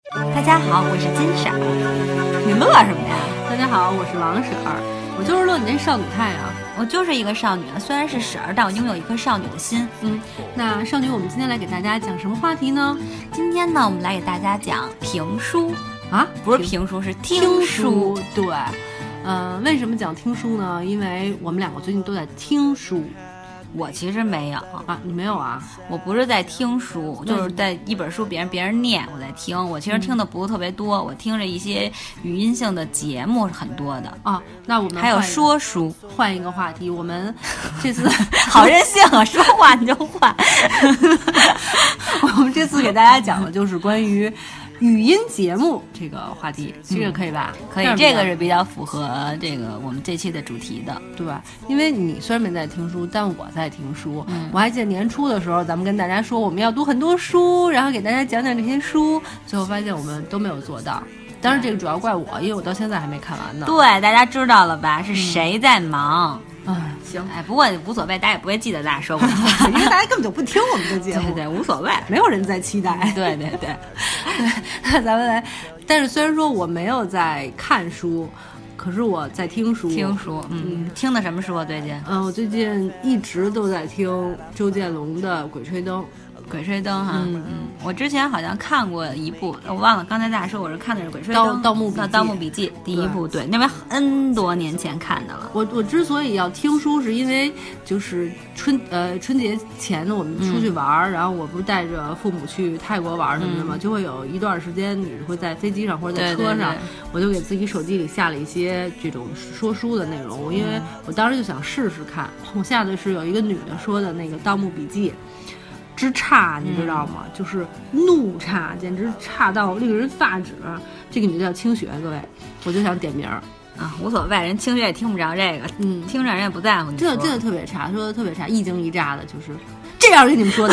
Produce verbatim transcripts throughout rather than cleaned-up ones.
大家好，我是金婶儿。你乐什么呀？ 大家好，我是王婶儿。我就是乐你这少女态啊！ 我就是一个少女，虽然是婶儿，但我拥有一颗少女的心。 嗯，那少女，我们今天来给大家讲什么话题呢？ 今天呢，我们来给大家讲评书啊， 不是评书，是听书。 书对，嗯、呃，为什么讲听书呢？因为我们两个最近都在听书。 我其实没有啊，你没有啊？ 我不是在听书，就是在一本书别人别人念，我在听。我其实听的不是特别多，嗯、我听着一些语音性的节目是很多的啊。那我们还有说书， 换一个话题，我们这次好任性啊，说话你就换。 我们这次给大家讲的就是关于语音节目这个话题，这个可以吧？ 嗯、可以，这个是比较符合这个我们这期的主题的， 对吧？因为你虽然没在听书，但我在听书。 嗯、 我还记得年初的时候，咱们跟大家说我们要读很多书，然后给大家讲讲这些书，最后发现我们都没有做到。当然，这个主要怪我，因为我到现在还没看完呢。 对，大家知道了吧？是谁在忙？ 嗯、哎，行， 哎，不过无所谓，大家也不会记得大家说过的话，因为大家根本就不听我们的节目。 对对，无所谓， 没有人在期待。 对对对。 那咱们来，但是虽然说我没有在看书，可是我在听书。 听书，嗯，嗯听的什么书啊？最近？ 嗯，我最近一直都在听周建龙的《鬼吹灯》。 鬼吹灯哈， 嗯嗯，我之前好像看过一部，我忘了。刚才大家说我是看的是《鬼吹灯》 盗墓笔记， 盗墓笔记第一部，对，那边 N 多年前看的了。 我我之所以要听书，是因为就是春呃春节前呢，我们出去玩，嗯、然后我不是带着父母去泰国玩什么的嘛，嗯、就会有一段时间你会在飞机上或者在车上， 对对对我就给自己手机里下了一些这种说书的内容，因为我当时就想试试看。我下的是有一个女的说的那个《盗墓笔记》。之差，你知道吗？嗯、就是怒差，简直差到令人发指。这个你就叫清雪，各位，我就想点名儿啊，无所谓，人清雪也听不着这个， 嗯， 听着人也不在乎。 真的真的特别差，说的特别差，一惊一乍的，就是这样跟你们说的。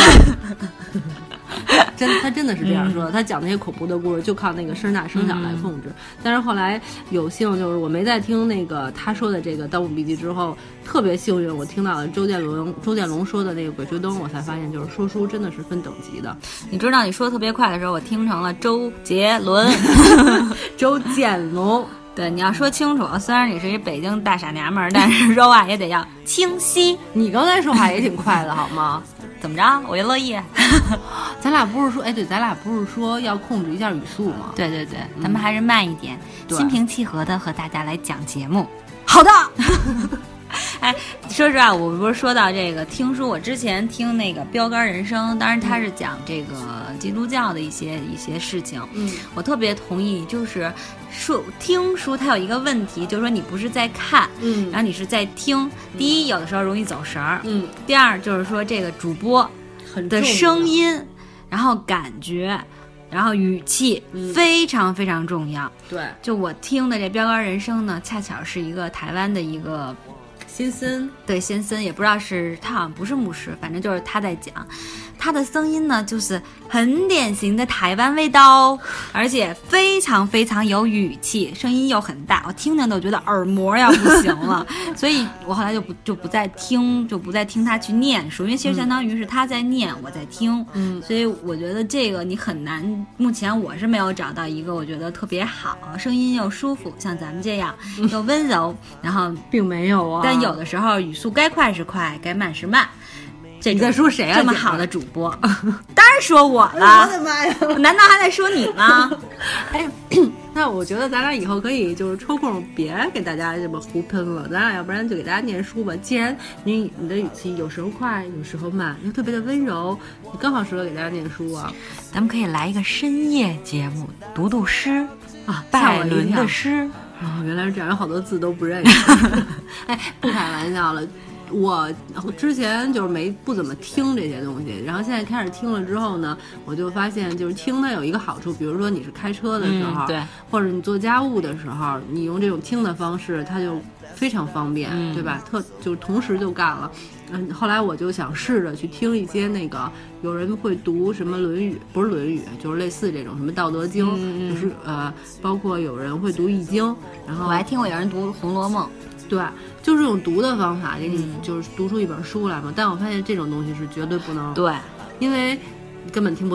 真，他真的是这样说的。他讲那些恐怖的故事，就靠那个声大声小来控制。嗯、但是后来有幸，就是我没在听那个他说的这个《盗墓笔记》之后，特别幸运，我听到了周建龙周建龙说的那个《鬼吹灯》，我才发现，就是说书真的是分等级的。 你知道，你说特别快的时候，我听成了周杰伦， 周建龙。 对，你要说清楚。虽然你是一北京大傻娘们儿，但是肉啊也得要清晰。 你刚才说话也挺快的，好吗？ 怎么着？我就乐意。 咱俩不是说，哎，对，咱俩不是说要控制一下语速吗？ 对对对，咱们还是慢一点， 嗯、 心平气和的和大家来讲节目。 好的。 哎，说实话，我不是说到这个听书，我之前听那个标杆人生，当然他是讲这个基督教的一些一些事情， 嗯， 我特别同意，就是说听书它有一个问题，就是说你不是在看， 嗯， 然后你是在听，第一有的时候容易走神儿， 嗯， 第二就是说这个主播的声音，然后感觉。然后语气非常非常重要， 嗯、对， 就我听的这标杆人生呢，恰巧是一个台湾的一个先森， 对先森，也不知道是他好像不是牧师，反正就是他在讲，他的声音呢就是很典型的台湾味道，而且非常非常有语气，声音又很大，我听着都觉得耳膜要不行了，所以我后来就不就不再听，就不再听他去念书，因为其实相当于是他在念，嗯、我在听， 嗯， 所以我觉得这个你很难，目前我是没有找到一个我觉得特别好，声音又舒服，像咱们这样又温柔，然后并没有啊， 但有的时候语速该快是快，该慢是慢。 你在说谁啊？ 这么好的主播，当然说我了。 我的妈呀！ 难道还在说你吗？ 哎，那我觉得咱俩以后可以就是抽空别给大家这么胡喷了，咱俩要不然就给大家念书吧。既然你你的语气有时候快，有时候慢，又特别的温柔，你刚好适合给大家念书啊。 咱们可以来一个深夜节目，读读诗啊，拜伦的诗。 哦，原来是这样，有好多字都不认识。哎，不开玩笑了。我之前就是没不怎么听这些东西，然后现在开始听了之后呢，我就发现就是听它有一个好处，比如说你是开车的时候， 嗯、对， 或者你做家务的时候，你用这种听的方式，它就非常方便， 嗯、 对吧？特就同时就干了。嗯，后来我就想试着去听一些那个有人会读什么《论语》，不是《论语》，就是类似这种什么《道德经》， 嗯、 就是呃，包括有人会读《易经》，然后我还听过有人读《红楼梦》。 对，就是用读的方法给你就是读出一本书来嘛。嗯、但我发现这种东西是绝对不能对， 因为根本听不懂。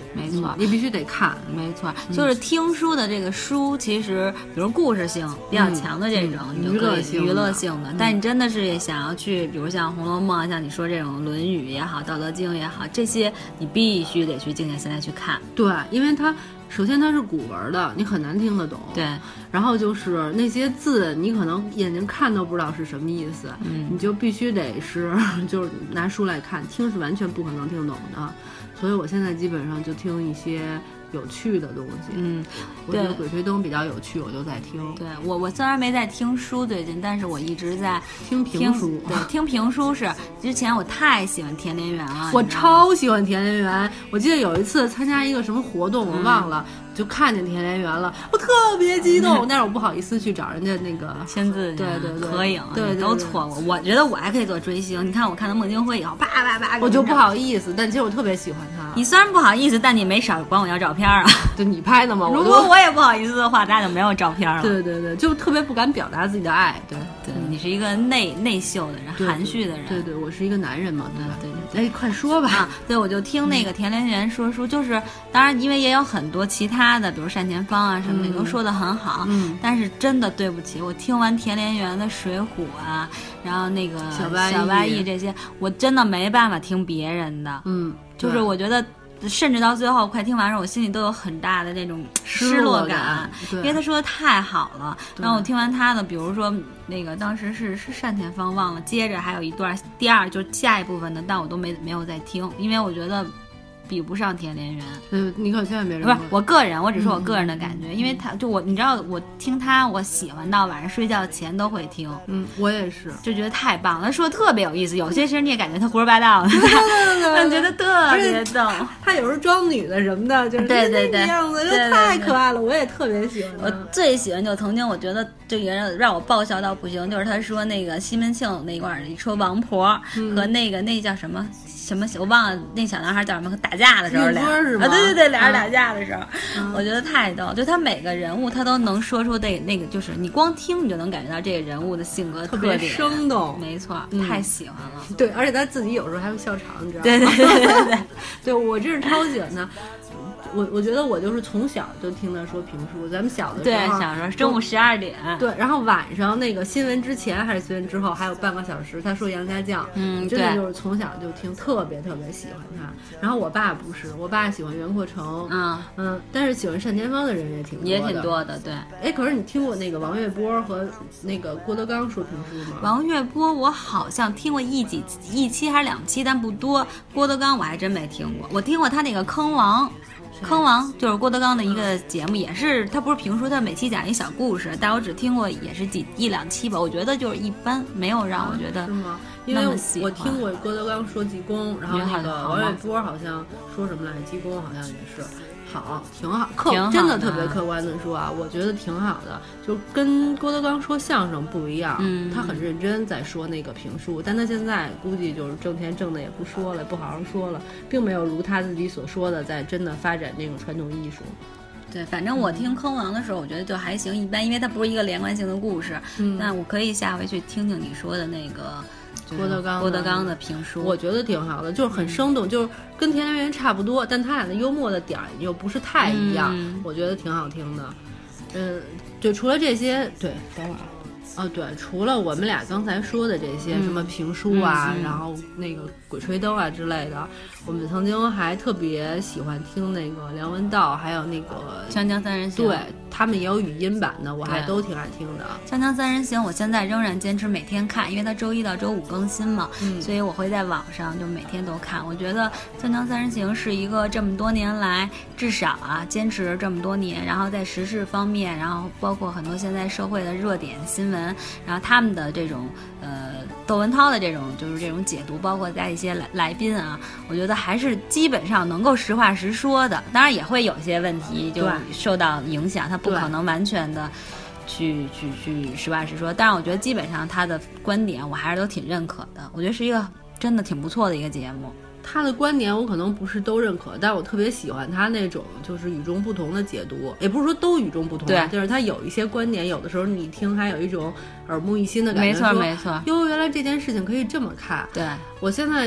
没错， 你必须得看， 没错，就是听书的这个书，其实比如故事性比较强的这种， 嗯、 你就可以娱乐性的。但你真的是想要去，比如像《红楼梦》，像你说这种《论语》也好，《道德经》也好，这些你必须得去静下心来去看。 对，因为它首先它是古文的，你很难听得懂。 对， 然后就是那些字，你可能眼睛看都不知道是什么意思， 嗯， 你就必须得是就是拿书来看，听是完全不可能听懂的。所以我现在基本上就听一些有趣的东西。 嗯， 我觉得《鬼吹灯》比较有趣，我就在听。 对我，我虽然没在听书最近，但是我一直在听评书。 对，听评书是之前我太喜欢田连元了， 我超喜欢田连元。我记得有一次参加一个什么活动，我忘了。嗯，就看见田连元了，我特别激动，但是我不好意思去找人家那个签字， 对对对， 合影， 对，对对都错过。我觉得我还可以做追星，你看我看到孟京辉以后，啪啪啪， 我就不好意思，但其实我特别喜欢他。 你虽然不好意思，但你没少管我要照片啊。 对，你拍的吗？ 如果我也不好意思的话，大家就没有照片了。 对对对，就特别不敢表达自己的爱。对对，你是一个内内秀的人，含蓄的人。 对对，我是一个男人嘛，对吧？ 对对，哎，快说吧。 啊，对，我就听那个田连元说书，就是当然，因为也有很多其他的，比如单田芳啊什么的，都说得很好。 嗯， 但是真的对不起，我听完田连元的《水浒》啊，然后那个小八小八义这些，我真的没办法听别人的。 嗯， 就是我觉得。甚至到最后快听完的时候，我心里都有很大的那种失落感，因为他说的太好了。然后我听完他的，比如说那个当时是是单田芳忘了，接着还有一段第二就下一部分的，但我都没没有再听，因为我觉得比不上田连元。 嗯，你可千万别不是我个人，我只说我个人的感觉，嗯、因为他就我你知道我听他，我喜欢到晚上睡觉前都会听。 嗯，我也是， 就觉得太棒了，他说的特别有意思。有些其实你也感觉他胡说八道，对对对，我觉得特别逗。 他有时候装女的什么的，就是对对对， 样子就太可爱了，我也特别喜欢他。 我最喜欢就曾经我觉得这个人让我爆笑到不行，就是他说那个西门庆那块儿说王婆和那个、嗯、那叫什么。什么我忘了那小男孩叫什么打架的时候俩啊对对对俩人打架的时候、嗯、我觉得太逗，就他每个人物他都能说出那那个就是你光听你就能感觉到这个人物的性格特别生动， 没错、嗯、太喜欢了。 对，而且他自己有时候还会笑场，你知道吗？ 对对对对对对，我这是超喜欢他。我我觉得我就是从小就听他说评书，咱们小的时候， 对，小时候中午十二点， 对，然后晚上那个新闻之前还是新闻之后还有半个小时，他说杨家将， 嗯， 真的就是从小就听，特别特别喜欢他。然后我爸不是，我爸喜欢袁阔成， 嗯嗯，但是喜欢单田芳的人也挺多的， 也挺多的，对。 哎，可是你听过那个王月波和那个郭德纲说评书吗？ 王月波我好像听过一几一期还是两期，但不多。郭德纲我还真没听过，我听过他那个坑王。坑王就是郭德纲的一个节目，也是他不是评书，他每期讲一小故事，但我只听过也是几一两期吧，我觉得就是一般，没有让我觉得是吗？因为我听过郭德纲说济公，然后那个王月波好像说什么来着，济公好像也是。好，挺好，客挺好真的特别客观的说啊，我觉得挺好的，就跟郭德纲说相声不一样， 嗯， 他很认真在说那个评书，但他现在估计就是挣钱挣的也不说了，不好好说了，并没有如他自己所说的在真的发展这种传统艺术。 对，反正我听坑王的时候，我觉得就还行，一般，因为它不是一个连贯性的故事， 嗯， 那我可以下回去听听你说的那个。 郭德纲郭德纲的评书， 我觉得挺好的，就是很生动，嗯、就是跟田连元差不多，但他俩的幽默的点又不是太一样， 嗯、 我觉得挺好听的。嗯，对，除了这些，对，等会儿。哦，对，除了我们俩刚才说的这些、嗯、什么评书啊、 嗯嗯， 然后那个鬼吹灯啊之类的，我们曾经还特别喜欢听那个梁文道，还有那个锵锵三人行， 对他们也有语音版的，我还都挺爱听的。 锵锵三人行，我现在仍然坚持每天看，因为它周一到周五更新嘛， 嗯、 所以我会在网上就每天都看。我觉得锵锵三人行是一个这么多年来至少啊坚持这么多年，然后在时事方面，然后包括很多现在社会的热点新闻。然后他们的这种呃窦文涛的这种就是这种解读，包括加一些来来宾啊，我觉得还是基本上能够实话实说的。当然也会有一些问题就受到影响，他不可能完全的去去去实话实说。但是我觉得基本上他的观点我还是都挺认可的，我觉得是一个真的挺不错的一个节目。 他的观点我可能不是都认可，但我特别喜欢他那种就是与众不同的解读，也不是说都与众不同， 对， 就是他有一些观点，有的时候你听还有一种耳目一新的感觉， 没错没错。 哟，原来这件事情可以这么看。 对， 我现在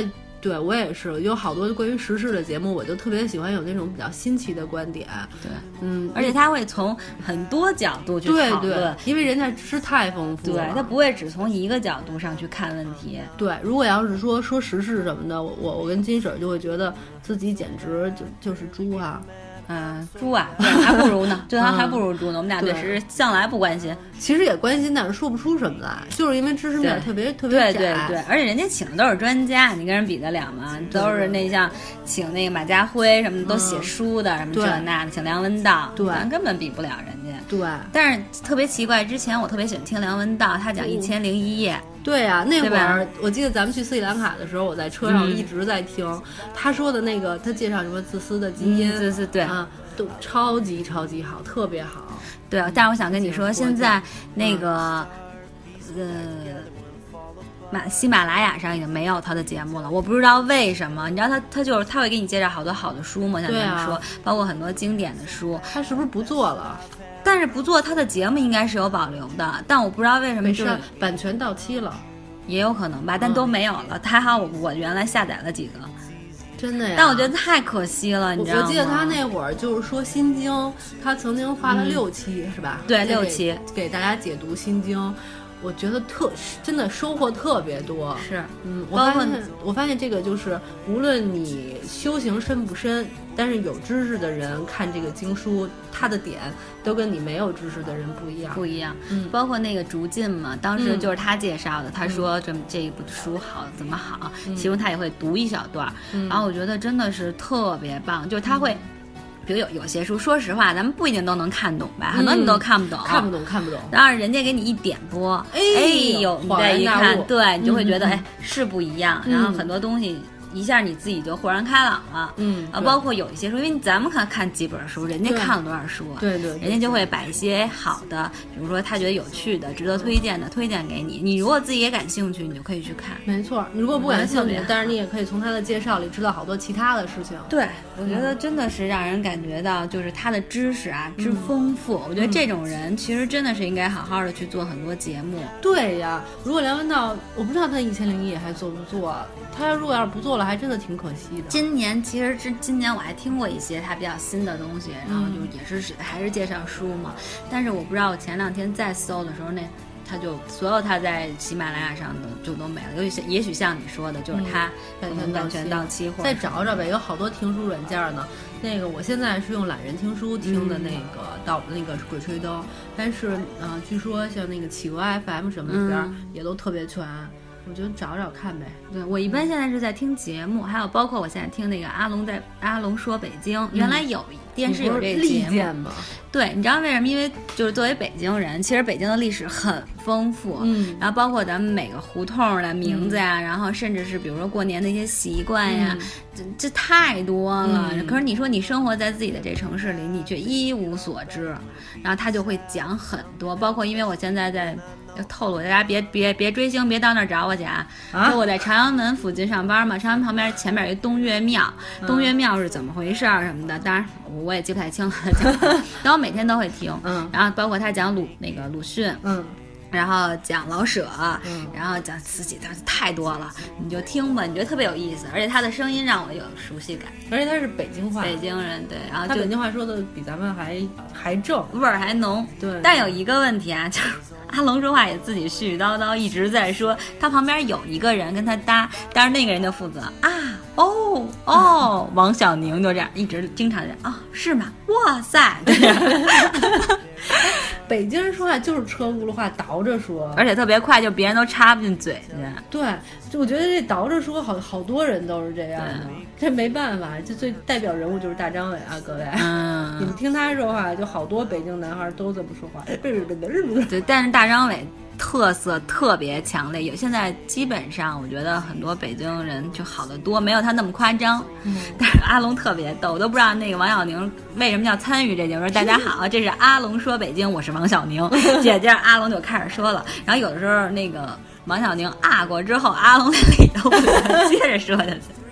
对我也是，有好多关于时事的节目，我就特别喜欢有那种比较新奇的观点。 对， 嗯， 而且他会从很多角度去讨论， 对对，因为人家知识太丰富了， 对，他不会只从一个角度上去看问题。 对，如果要是说说时事什么的，我我跟金婶就会觉得自己简直就就是猪啊。 嗯，猪啊，对，还不如呢，这还还不如猪呢。我们俩对时事向来不关心， 其实也关心，但是说不出什么来，就是因为知识面特别特别窄。对对对，而且人家请的都是专家，你跟人比得了吗？都是那像请那个马家辉什么都写书的，嗯、什么这那的，请梁文道， 对， 咱根本比不了人家。 对， 但是特别奇怪，之前我特别喜欢听梁文道，他讲《一千零一夜》。 对呀、啊，那会儿我记得咱们去斯里兰卡的时候，我在车上一直在听、嗯、他说的那个，他介绍什么自私的基因， 自私、嗯、对啊，都超级超级好，特别好。 对，但是我想跟你说，现在那个、嗯、呃，马喜马拉雅上已经没有他的节目了，我不知道为什么。你知道他他就是他会给你介绍好多好的书嘛，像咱们说、啊，包括很多经典的书， 他是不是不做了？ 但是不做他的节目应该是有保留的，但我不知道为什么就是版权到期了， 也有可能吧，但都没有了。还好我我原来下载了几个， 真的呀。 但我觉得太可惜了，你知道吗？ 我记得他那会儿就是说《心经》，他曾经发了六期、嗯、是吧？ 对，六期给大家解读《心经》。我觉得特真的收获特别多， 是， 嗯，我发现我发现这个就是无论你修行深不深，但是有知识的人看这个经书，他的点都跟你没有知识的人不一样， 不一样。 嗯， 包括那个竹进嘛，当时就是他介绍的，嗯、他说这这一部书好怎么好，嗯、其中他也会读一小段，嗯、然后我觉得真的是特别棒，就是他会。嗯比如有有些书，说实话，咱们不一定都能看懂吧，嗯、很多你都看不懂， 看不懂，看不懂。 然后人家给你一点播，哎呦，你再一看，对你就会觉得，嗯、哎，是不一样。 嗯、 然后很多东西一下你自己就豁然开朗了。 嗯， 啊，包括有一些书，因为咱们看看几本书，人家看了多少书， 对 对, 对, 对， 人家就会把一些好的，比如说他觉得有趣的、值得推荐的推荐给你。你如果自己也感兴趣，你就可以去看。 没错，你如果不感兴趣，但是你也可以从他的介绍里知道好多其他的事情。 对，我觉得真的是让人感觉到，就是他的知识啊之丰富。嗯、我觉得这种人其实真的是应该好好的去做很多节目。 对呀，如果梁文道，我不知道他一千零一夜还做不做。他如果要是不做了，还真的挺可惜的。 今年其实是今年我还听过一些他比较新的东西，然后就也是还是介绍书嘛。但是我不知道我前两天再搜的时候，那他就所有他在喜马拉雅上的就都没了。也许也许像你说的，就是他版权到期，或者再找找呗。有好多听书软件呢。那个我现在是用懒人听书听的那个到、嗯、那个鬼吹灯，但是呃，据说像那个企鹅 F M 什么里边、嗯、也都特别全。我就找找看呗。 对，我一般现在是在听节目，还有包括我现在听那个阿龙在阿龙说北京，嗯、原来有电视有这个节目吗？ 对，你知道为什么？因为就是作为北京人，其实北京的历史很丰富， 嗯， 然后包括咱们每个胡同的名字呀、嗯，然后甚至是比如说过年的一些习惯呀，嗯、这这太多了、 嗯。 可是你说你生活在自己的这城市里，你却一无所知，然后他就会讲很多，包括因为我现在在。要透露大家别别别追星，别到那儿找我去啊！就我在朝阳门附近上班嘛，朝阳门旁边前面有一东岳庙，嗯、东岳庙是怎么回事什么的，当然我也记不太清了。然后每天都会听， 嗯， 然后包括他讲鲁那个鲁迅， 嗯。 然后讲老舍、 嗯， 然后讲慈禧，他太多了，你就听吧，你觉得特别有意思，而且他的声音让我有熟悉感， 而且他是北京话， 北京人对，然后他北京话说的比咱们还还正， 味儿还浓， 对。 但有一个问题啊，就是阿龙说话也自己絮絮叨叨，一直在说，他旁边有一个人跟他搭，但是那个人就负责啊，哦哦，王小宁就这样一直经常这样啊、哦，是吗？哇塞，就这样。 北京人说话就是车轱辘话倒着说， 而且特别快，就别人都插不进嘴去。 对，就我觉得这倒着说好好多人都是这样的，这没办法，这最代表人物就是大张伟啊，各位， 嗯， 你们听他说话，就好多北京男孩都这么说话。 对，但是大张伟特色特别强烈，有现在基本上我觉得很多北京人就好得多，没有他那么夸张。 嗯， 但是阿龙特别逗，我都不知道那个王小宁为什么要参与这节目。大家好，这是阿龙说北京，我是王小宁。姐姐阿龙就开始说了，然后有的时候那个王小宁啊过之后，阿龙在里头接着说下去。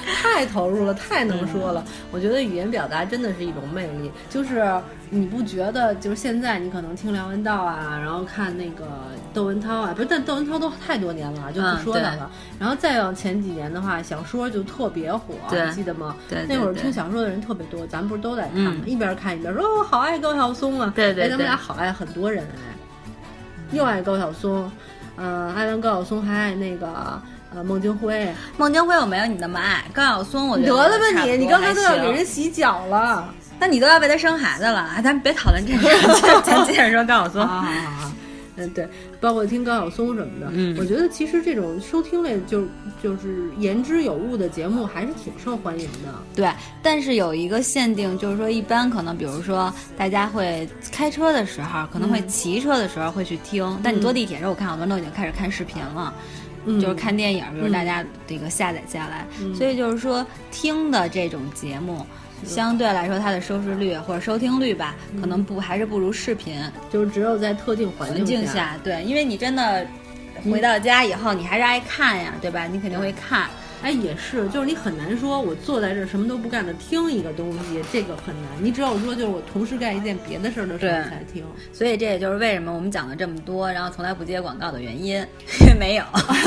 太投入了，太能说了。我觉得语言表达真的是一种魅力，就是你不觉得就是现在你可能听梁文道啊，然后看那个窦文涛啊，不是，但窦文涛都太多年了，就不说他了。嗯、然后再往前几年的话，小说就特别火，你记得吗？ 对, 对, 对, 对， 那会儿听小说的人特别多，咱们不是都在看吗？嗯、一边看一边说哦，好爱高晓松啊！ 对对对， 哎，咱们俩好爱很多人哎，又爱高晓松，呃，爱完高晓松还爱那个。呃，孟京辉， 孟京辉我没有你那么爱，高晓松我觉得得了吧你，你刚才都要给人洗脚了， 那你都要为他生孩子了，咱别讨论这个，咱接着说高晓松。 好好好，嗯对，包括听高晓松什么的，嗯，我觉得其实这种收听类就就是言之有物的节目还是挺受欢迎的。 对，但是有一个限定，就是说一般可能比如说大家会开车的时候，可能会骑车的时候会去听，嗯、但你坐地铁的时候，我看好多人都已经开始看视频了。嗯、就是看电影，比如大家这个下载下来，嗯、所以就是说听的这种节目，嗯、相对来说它的收视率或者收听率吧，嗯、可能不还是不如视频， 就是只有在特定环境 下, 境下，对，因为你真的回到家以后，嗯、你还是爱看呀，对吧？你肯定会看。 哎，也是，就是你很难说，我坐在这儿什么都不干的听一个东西，这个很难。你只有说，就是我同时干一件别的事儿的时候才听。 所以这也就是为什么我们讲了这么多，然后从来不接广告的原因，因为没有。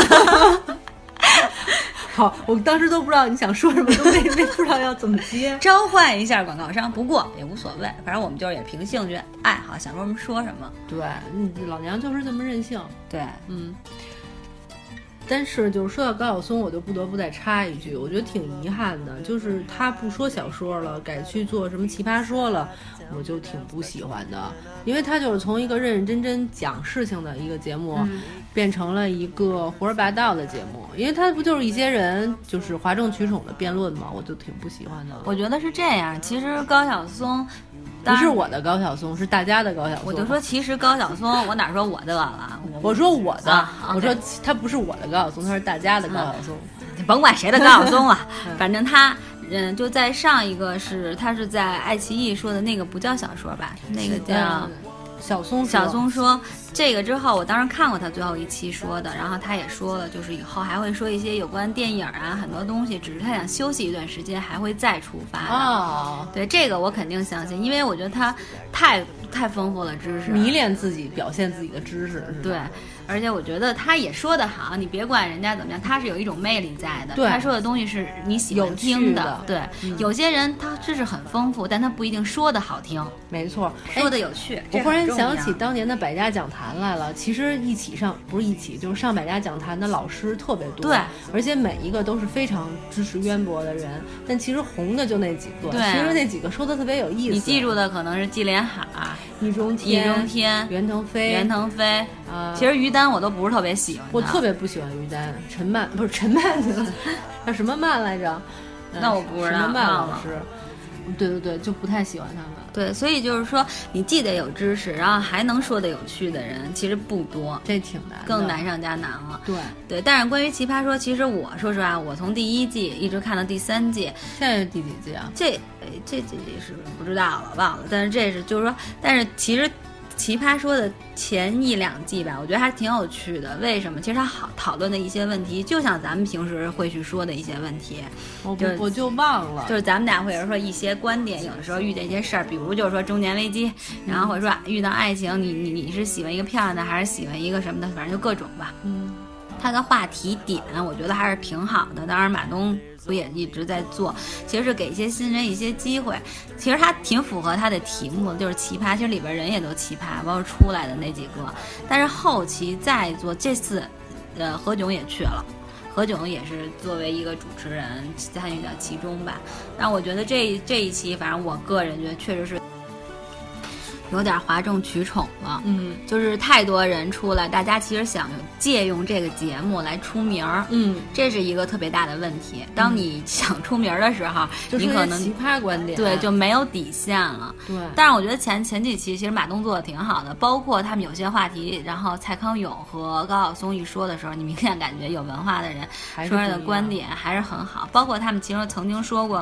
好，我当时都不知道你想说什么，都没没不知道要怎么接， 召唤一下广告商。不过也无所谓，反正我们就是也凭兴趣爱好，想说什么说什么。 对，嗯，老娘就是这么任性。 对， 嗯。但是就是说到高晓松，我就不得不再插一句，我觉得挺遗憾的，就是他不说小说了，改去做什么奇葩说了，我就挺不喜欢的，因为他就是从一个认认真真讲事情的一个节目，嗯、变成了一个胡说八道的节目，因为他不就是一些人就是哗众取宠的辩论嘛，我就挺不喜欢的。 我觉得是这样，其实高晓松。 不是我的高晓松，是大家的高晓松。 我就说，其实高晓松，我哪说我的了？ 我, 我说我的， 啊、 我说他不是我的高晓松，他是大家的高晓松。 嗯、甭管谁的高晓松了，反正他，嗯，就在上一个是他是在爱奇艺说的那个不叫小说吧，那个叫。 小松小松说这个之后，我当时看过他最后一期说的，然后他也说了，就是以后还会说一些有关电影啊很多东西，只是他想休息一段时间，还会再出发的。 哦， 对，这个我肯定相信，因为我觉得他太太丰富了知识， 迷恋自己，表现自己的知识。 对，而且我觉得他也说得好，你别管人家怎么样，他是有一种魅力在的。 对， 他说的东西是你喜欢听的。 对、嗯，有些人他知识很丰富，但他不一定说的好听。 没错， 说的有趣。 我忽然想起当年的百家讲坛来了，其实一起上不是一起，就是上百家讲坛的老师特别多， 对， 而且每一个都是非常知识渊博的人，但其实红的就那几个， 对、啊， 其实那几个说的特别有意思。 你记住的可能是季连海、 易中天、 易中天、 袁腾飞、 袁腾飞啊、 呃。 其实于丹我都不是特别喜欢， 我特别不喜欢于丹，陈曼不是陈曼，叫什么曼来着？ 那我不知道什么曼老师。对对对，就不太喜欢他们。 对，所以就是说，你既得有知识，然后还能说的有趣的人，其实不多， 这挺难的， 更难上加难了。 对对，但是关于奇葩说，其实我说实话，我从第一季一直看到第三季， 现在是第几季啊？ 这这几季是不知道了，忘了。但是这是就是说，但是其实。奇葩说的前一两季吧，我觉得还挺有趣的。为什么？其实他好讨论的一些问题，就像咱们平时会去说的一些问题， 我就我就忘了。 就是咱们俩会有说一些观点，有的时候遇见一些事儿，比如就是说中年危机，然后或者说遇到爱情，你你你是喜欢一个漂亮的，还是喜欢一个什么的，反正就各种吧。 嗯， 他的话题点，我觉得还是挺好的。当然，马东不也一直在做，其实是给一些新人一些机会。其实他挺符合他的题目的，就是奇葩。其实里边人也都奇葩，包括出来的那几个。但是后期再做，这次，呃，何炅也去了，何炅也是作为一个主持人参与到其中吧。但我觉得这这一期，反正我个人觉得确实是。有点哗众取宠了， 嗯， 就是太多人出来，大家其实想借用这个节目来出名儿， 嗯， 这是一个特别大的问题。当你想出名的时候， 嗯、 你可能奇葩观点， 对，就没有底线了。 对， 但是我觉得前前几期其实马东做的挺好的，包括他们有些话题，然后蔡康永和高晓松一说的时候，你明显感觉有文化的人说的观点还是很好，包括他们其实曾经说过。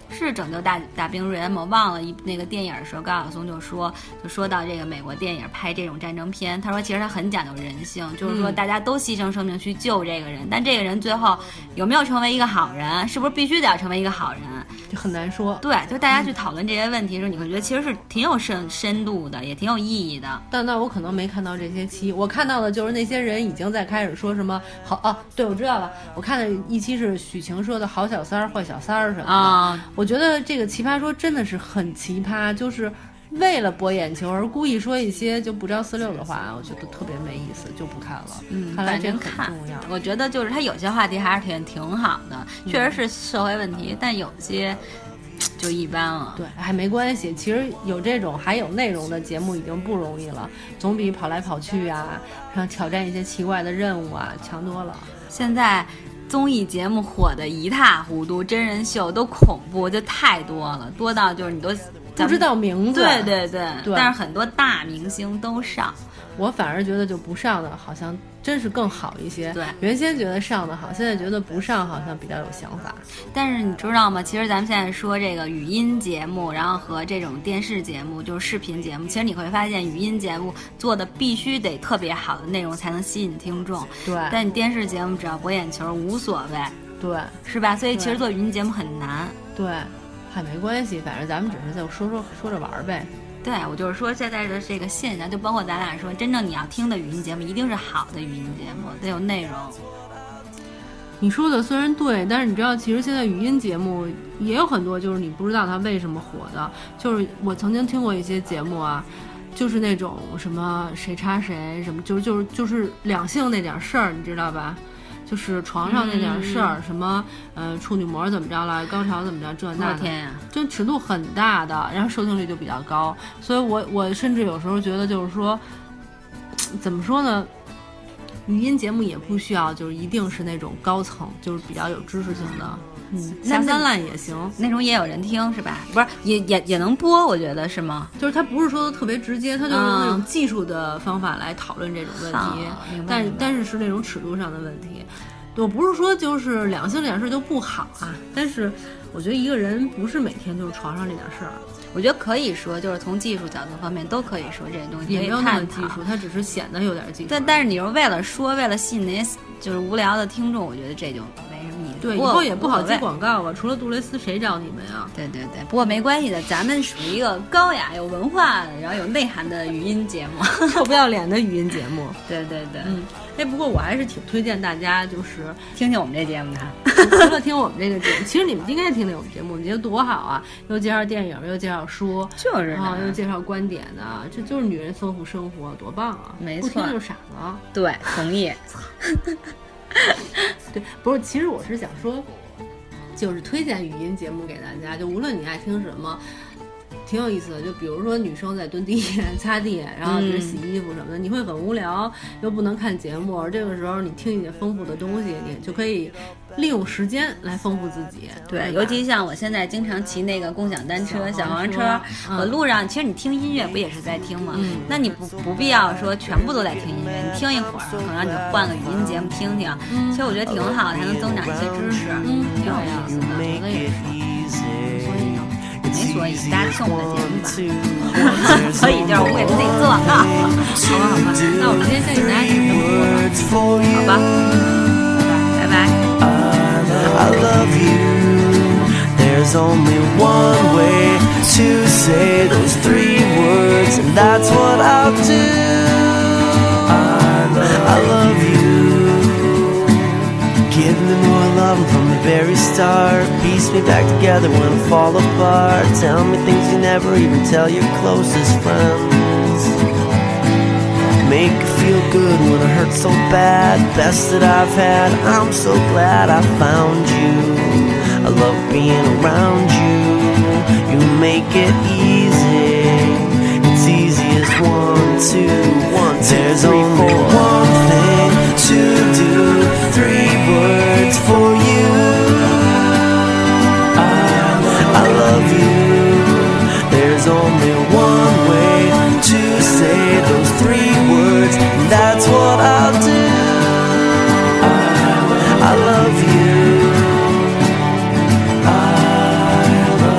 是拯救大大兵瑞恩吗？忘了一那个电影的时候，高晓松就说就说到这个美国电影拍这种战争片，他说其实他很讲究人性，就是说大家都牺牲生命去救这个人，嗯、但这个人最后有没有成为一个好人，是不是必须得要成为一个好人， 就很难说。 对，就大家去讨论这些问题的时候，你会觉得其实是挺有深深度的，也挺有意义的。 但那我可能没看到这些期，我看到的就是那些人已经在开始说什么好啊，对，我知道了，我看的一期是许晴说的好小三儿、坏小三儿什么的啊、哦。 我觉得这个奇葩说真的是很奇葩，就是为了博眼球而故意说一些就不着四六的话，我觉得特别没意思，就不看了。 嗯， 看来这很重要。 我觉得就是他有些话题还是挺挺好的，确实是社会问题，嗯、但有些就一般了。 对，还没关系。其实有这种还有内容的节目已经不容易了，总比跑来跑去啊，然后挑战一些奇怪的任务啊强多了。 现在综艺节目火得一塌糊涂，真人秀都恐怖，就太多了，多到就是你都不知道名字。 对对 对, 对， 但是很多大明星都上。 我反而觉得就不上的好像真是更好一些。 对， 原先觉得上的好，现在觉得不上好像比较有想法。 但是你知道吗？其实咱们现在说这个语音节目，然后和这种电视节目，就是视频节目，其实你会发现语音节目做的必须得特别好的内容才能吸引听众。 对， 但你电视节目只要博眼球无所谓。 对， 是吧？所以其实做语音节目很难。 对，还没关系，反正咱们只是在说说说着玩呗。 对，我就是说现在的这个现象，就包括咱俩说，真正你要听的语音节目一定是好的语音节目，得有内容。 你说的虽然对，但是你知道其实现在语音节目也有很多就是你不知道它为什么火的。就是我曾经听过一些节目啊，就是那种什么谁插谁什么，就是就是就是两性那点事儿，你知道吧，就是床上那点事儿、嗯、什么呃处女膜怎么着了，高潮怎么着，这那的， 天呀， 就尺度很大的，然后收听率就比较高。所以我我甚至有时候觉得就是说怎么说呢，语音节目也不需要就是一定是那种高层，就是比较有知识性的，嗯，下三滥也行， 那种也有人听是吧？不是，也也也能播，我觉得是吗？ 就是他不是说的特别直接，他就是用那种技术的方法来讨论这种问题， 嗯、 但但是是那种尺度上的问题。我不是说就是两性这点事就不好啊，但是我觉得一个人不是每天就是床上这点事儿。 我觉得可以说，就是从技术角度方面都可以说这些东西， 也没有那么技术，它只是显得有点技术。 但但是你说为了说，为了吸引那些就是无聊的听众，我觉得这就没什么意思。 对，以后也不好接广告吧，除了杜蕾斯谁找你们呀？ 对对对，不过没关系的，咱们属于一个高雅、有文化的，然后有内涵的语音节目， 臭不要脸的语音节目。 对对对， 嗯。哎，不过我还是挺推荐大家，就是听听我们这节目的。 除了听我们这个节目，其实你们应该听听我们节目，你觉得多好啊！又介绍电影，又介绍书， 就是啊，又介绍观点的，这就是女人丰富生活，多棒啊！ 没错， 不听就傻了。 对，同意。 对，不是，其实我是想说，就是推荐语音节目给大家，就无论你爱听什么。挺有意思的，就比如说女生在蹲地擦地，然后就是洗衣服什么的、嗯、你会很无聊又不能看节目，而这个时候你听一些丰富的东西，你就可以利用时间来丰富自己。 对，尤其像我现在经常骑那个共享单车小黄车，我路上其实你听音乐不也是在听吗、嗯、那你不不必要说全部都在听音乐，你听一会儿可能你就换个语音节目听听、嗯、其实我觉得挺好，还能增长一些知识，嗯，挺有意思的。我觉得也是，没所以大家听我们的节目吧。所以就是我给自己做广告。好吧好吧，那我们今天先给大家听这么多吧，好吧，拜拜。I love you. There's only one way to say those three words, and that's what I'll do. I love you. Give me more love from the very start. Piece me back together when I fall apart. Tell me things you never even tell your closest friends. Make me feel good when I hurt so bad. Best that I've had, I'm so glad I found you. I love being around you. You make it easy. It's easy as one, two, one, two, There's three, only four. One thing to do. Three words for you. I, I love you. There's only one way to say those three words, and that's what I'll do. I, I love you. I love you.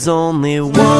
there's only one